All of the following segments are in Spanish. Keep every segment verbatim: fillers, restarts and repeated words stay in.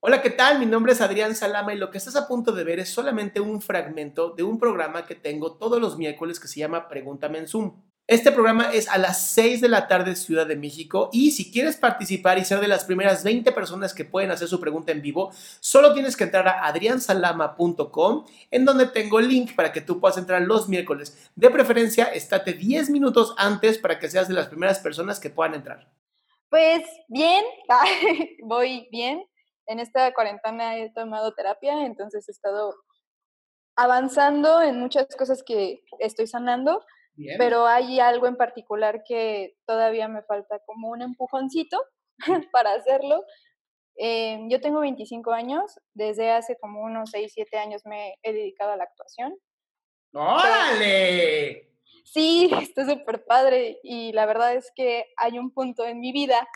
Hola, ¿qué tal? Mi nombre es Adrián Salama y lo que estás a punto de ver es solamente un fragmento de un programa que tengo todos los miércoles que se llama Pregúntame en Zoom. Este programa es a las seis de la tarde Ciudad de México y si quieres participar y ser de las primeras veinte personas que pueden hacer su pregunta en vivo, solo tienes que entrar a adrian salama punto com en donde tengo el link para que tú puedas entrar los miércoles. De preferencia, estate diez minutos antes para que seas de las primeras personas que puedan entrar. Pues bien, voy bien. En esta cuarentena he tomado terapia, entonces he estado avanzando en muchas cosas que estoy sanando, Bien. pero hay algo en particular que todavía me falta como un empujoncito para hacerlo. Eh, yo tengo veinticinco años, desde hace como unos seis, siete años me he dedicado a la actuación. ¡Órale! Sí, está súper padre y la verdad es que hay un punto en mi vida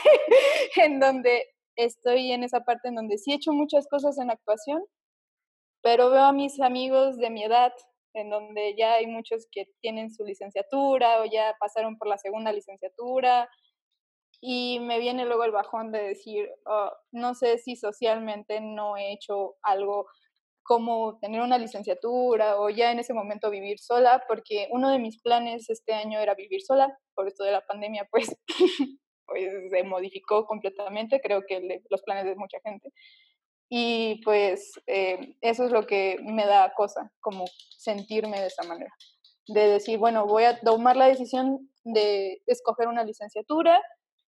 en donde estoy en esa parte en donde sí he hecho muchas cosas en actuación, pero veo a mis amigos de mi edad, en donde ya hay muchos que tienen su licenciatura o ya pasaron por la segunda licenciatura y me viene luego el bajón de decir, oh, no sé si socialmente no he hecho algo como tener una licenciatura o ya en ese momento vivir sola, porque uno de mis planes este año era vivir sola, por esto de la pandemia, pues, pues se modificó completamente, creo que le, los planes de mucha gente. Y pues eh, eso es lo que me da cosa, como sentirme de esa manera, de decir, bueno, voy a tomar la decisión de escoger una licenciatura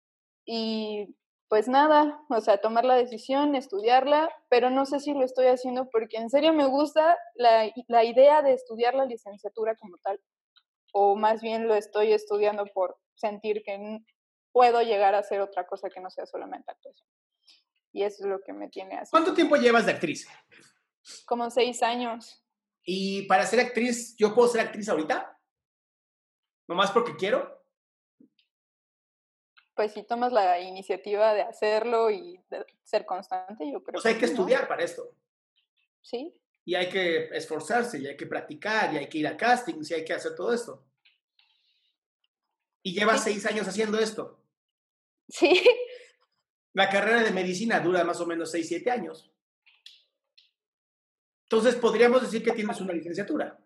y pues nada, o sea, tomar la decisión, estudiarla, pero no sé si lo estoy haciendo porque en serio me gusta la, la idea de estudiar la licenciatura como tal, o más bien lo estoy estudiando por sentir que n- puedo llegar a hacer otra cosa que no sea solamente actuación. Y eso es lo que me tiene así ¿Cuánto como, tiempo llevas de actriz? como seis años. Y para ser actriz, ¿yo puedo ser actriz ahorita? ¿Nomás porque quiero? Pues si tomas la iniciativa de hacerlo y de ser constante, yo O creo sea, que hay que sí, ¿no? estudiar para esto. Sí, Y hay que esforzarse, y hay que practicar, y hay que ir a castings, y hay que hacer todo esto. Y llevas sí, seis años haciendo esto. sí. La carrera de medicina dura más o menos seis, siete años. Entonces, podríamos decir que tienes una licenciatura.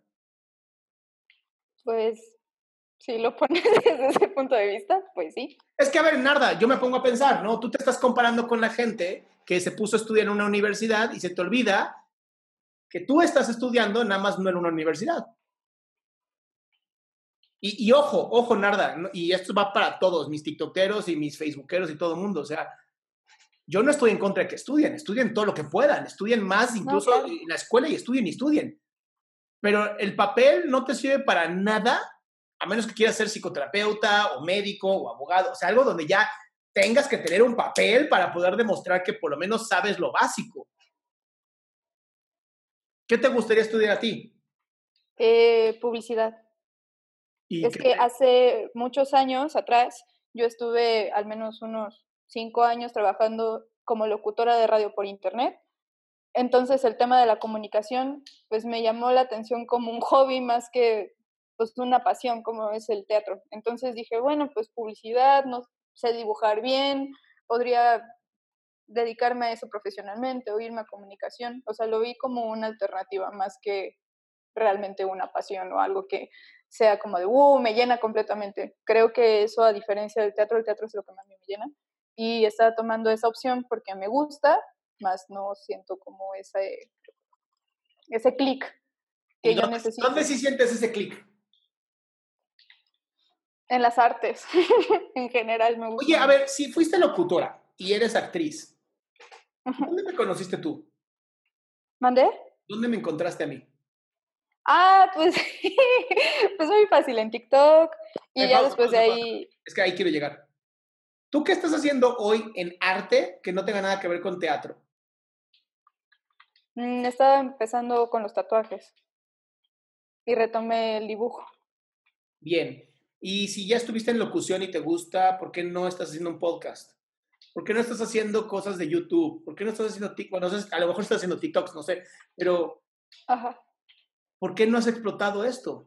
Pues si lo pones desde ese punto de vista, pues sí. Es que, a ver, Narda, yo me pongo a pensar, ¿no? Tú te estás comparando con la gente que se puso a estudiar en una universidad y se te olvida que tú estás estudiando nada más no en una universidad. Y, y ojo, ojo, Narda, ¿no? Y esto va para todos, mis tiktokeros y mis facebookeros y todo el mundo. O sea, yo no estoy en contra de que estudien, estudien todo lo que puedan, estudien más No, incluso claro. en la escuela y estudien y estudien. Pero el papel no te sirve para nada, a menos que quieras ser psicoterapeuta o médico o abogado, o sea, algo donde ya tengas que tener un papel para poder demostrar que por lo menos sabes lo básico. ¿Qué te gustaría estudiar a ti? Eh, publicidad. ¿Y Es qué que te... hace muchos años atrás yo estuve al menos unos cinco años trabajando como locutora de radio por internet. Entonces el tema de la comunicación pues me llamó la atención como un hobby más que pues una pasión como es el teatro. Entonces dije, bueno, pues publicidad, no sé dibujar bien, podría dedicarme a eso profesionalmente o irme a comunicación. O sea, lo vi como una alternativa más que realmente una pasión o algo que sea como de, uh, me llena completamente. Creo que eso, a diferencia del teatro, el teatro es lo que más me llena. Y estaba tomando esa opción porque me gusta, más no siento como ese, ese clic ¿Y que yo dónde, dónde necesito sí sientes ese clic? en las artes. En general me gusta Oye, a mucho. ver, si fuiste locutora y eres actriz, Uh-huh. ¿dónde me conociste tú? ¿Mandé? ¿Dónde me encontraste a mí? Ah, pues, pues muy fácil en TikTok Eh, y ya pausa, después de pausa, pausa. ahí. Es que ahí quiero llegar. ¿Tú qué estás haciendo hoy en arte que no tenga nada que ver con teatro? Mm, estaba empezando con los tatuajes y retomé el dibujo. Bien. Y si ya estuviste en locución y te gusta, ¿por qué no estás haciendo un podcast? ¿Por qué no estás haciendo cosas de YouTube? ¿Por qué no estás haciendo TikTok? Bueno, no sé, a lo mejor estás haciendo TikToks, no sé, pero Ajá, ¿por qué no has explotado esto?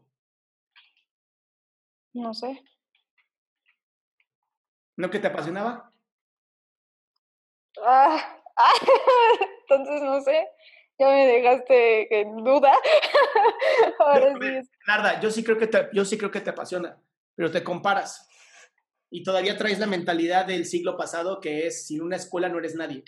no sé. ¿No que te apasionaba? Ah, Entonces, no sé, ya me dejaste en duda. Ahora Yo, sí es... Narda, yo sí creo que te, yo sí creo que te apasiona, pero te comparas. Y todavía traes la mentalidad del siglo pasado que es, sin una escuela no eres nadie.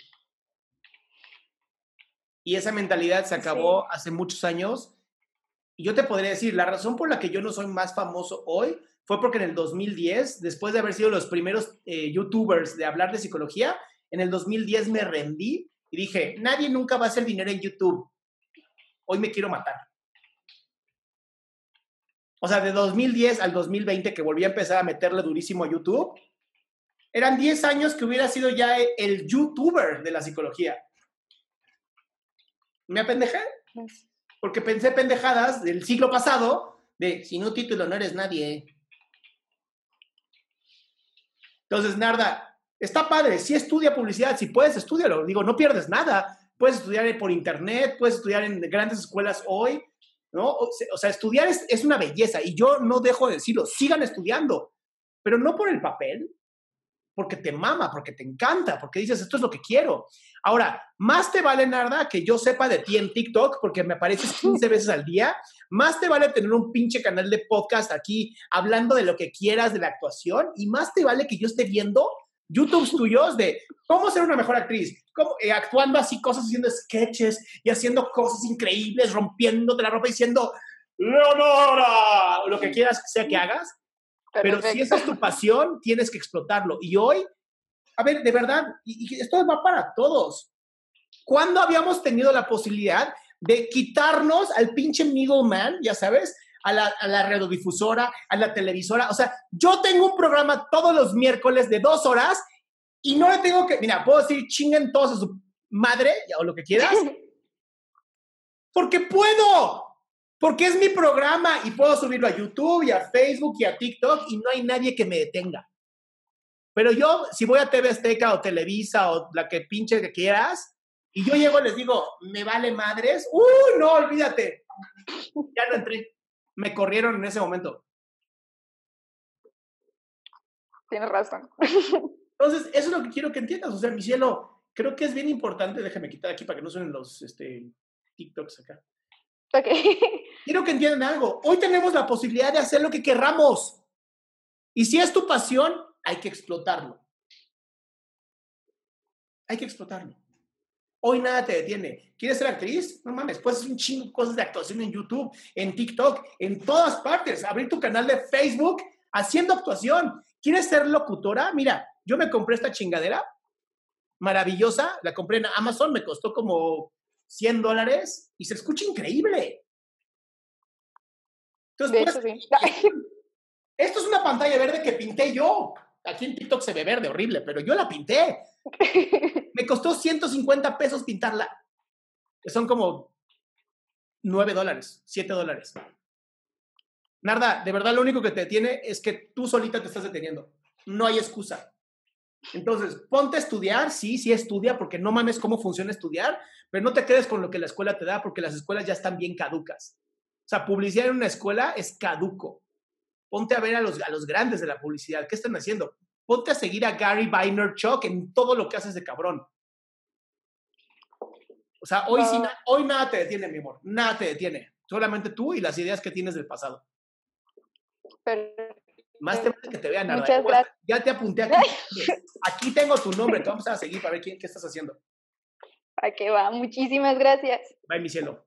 Y esa mentalidad se acabó sí. hace muchos años. Y yo te podría decir, la razón por la que yo no soy más famoso hoy fue porque en el dos mil diez, después de haber sido los primeros eh, youtubers de hablar de psicología, en el dos mil diez me rendí y dije, nadie nunca va a hacer dinero en YouTube. Hoy me quiero matar. O sea, de dos mil diez al dos mil veinte, que volví a empezar a meterle durísimo a YouTube, eran diez años que hubiera sido ya el youtuber de la psicología. ¿Me apendejé? Porque pensé pendejadas del siglo pasado de, sin un título no eres nadie. Entonces, Narda, está padre, si estudia publicidad, si puedes, estúdialo. Digo, no pierdes nada. Puedes estudiar por internet, puedes estudiar en grandes escuelas hoy, ¿no? O sea, estudiar es, es una belleza y yo no dejo de decirlo, sigan estudiando, pero no por el papel, porque te mama, porque te encanta, porque dices, esto es lo que quiero. Ahora, más te vale, Narda, que yo sepa de ti en TikTok, porque me apareces quince veces al día, más te vale tener un pinche canal de podcast aquí hablando de lo que quieras de la actuación, y más te vale que yo esté viendo YouTubes tuyos de cómo ser una mejor actriz, cómo, eh, actuando así, cosas, haciendo sketches y haciendo cosas increíbles, rompiéndote la ropa diciendo, ¡Leonora! O lo que quieras que sea que hagas. Pero Perfecto. Si esa es tu pasión, tienes que explotarlo. Y hoy, a ver, de verdad, y, y esto va para todos. ¿Cuándo habíamos tenido la posibilidad de quitarnos al pinche middleman, ya sabes, a la, a la radiodifusora, a la televisora? O sea, yo tengo un programa todos los miércoles de dos horas y no le tengo que, mira, puedo decir chinguen todos a su madre o lo que quieras, porque puedo. Porque es mi programa y puedo subirlo a YouTube y a Facebook y a TikTok y no hay nadie que me detenga. Pero yo, si voy a T V Azteca o Televisa o la que pinche que quieras, y yo llego y les digo, me vale madres, ¡uh, no, olvídate! Ya no entré. Me corrieron en ese momento. Tienes razón. Entonces, eso es lo que quiero que entiendas. O sea, mi cielo, creo que es bien importante, déjame quitar aquí para que no suenen los este, TikToks acá. Okay. Quiero que entiendan algo. Hoy tenemos la posibilidad de hacer lo que querramos. Y si es tu pasión, hay que explotarlo. Hay que explotarlo. Hoy nada te detiene. ¿Quieres ser actriz? No mames, puedes hacer un chingo de cosas de actuación en YouTube, en TikTok, en todas partes. Abrir tu canal de Facebook haciendo actuación. ¿Quieres ser locutora? Mira, yo me compré esta chingadera maravillosa. La compré en Amazon, me costó como cien dólares y se escucha increíble. Entonces, de pues, hecho, sí. Esto es una pantalla verde que pinté yo. Aquí en TikTok se ve verde, horrible, pero yo la pinté. Me costó ciento cincuenta pesos pintarla. Que son como nueve dólares, siete dólares. Narda, de verdad lo único que te detiene es que tú solita te estás deteniendo. No hay excusa. Entonces, ponte a estudiar, sí, sí estudia, porque no mames cómo funciona estudiar, pero no te quedes con lo que la escuela te da, porque las escuelas ya están bien caducas. O sea, publicidad en una escuela es caduco. Ponte a ver a los, a los grandes de la publicidad. ¿Qué están haciendo? Ponte a seguir a Gary Vaynerchuk en todo lo que haces de cabrón. O sea, hoy, no. sí, hoy nada te detiene, mi amor. Nada te detiene. Solamente tú y las ideas que tienes del pasado. Pero, Más te vale que te vean, Narda. Muchas gracias. Ya te apunté aquí. Aquí tengo tu nombre. Te vamos a seguir para ver quién, qué estás haciendo. ¿A qué va? Muchísimas gracias. Bye, mi cielo.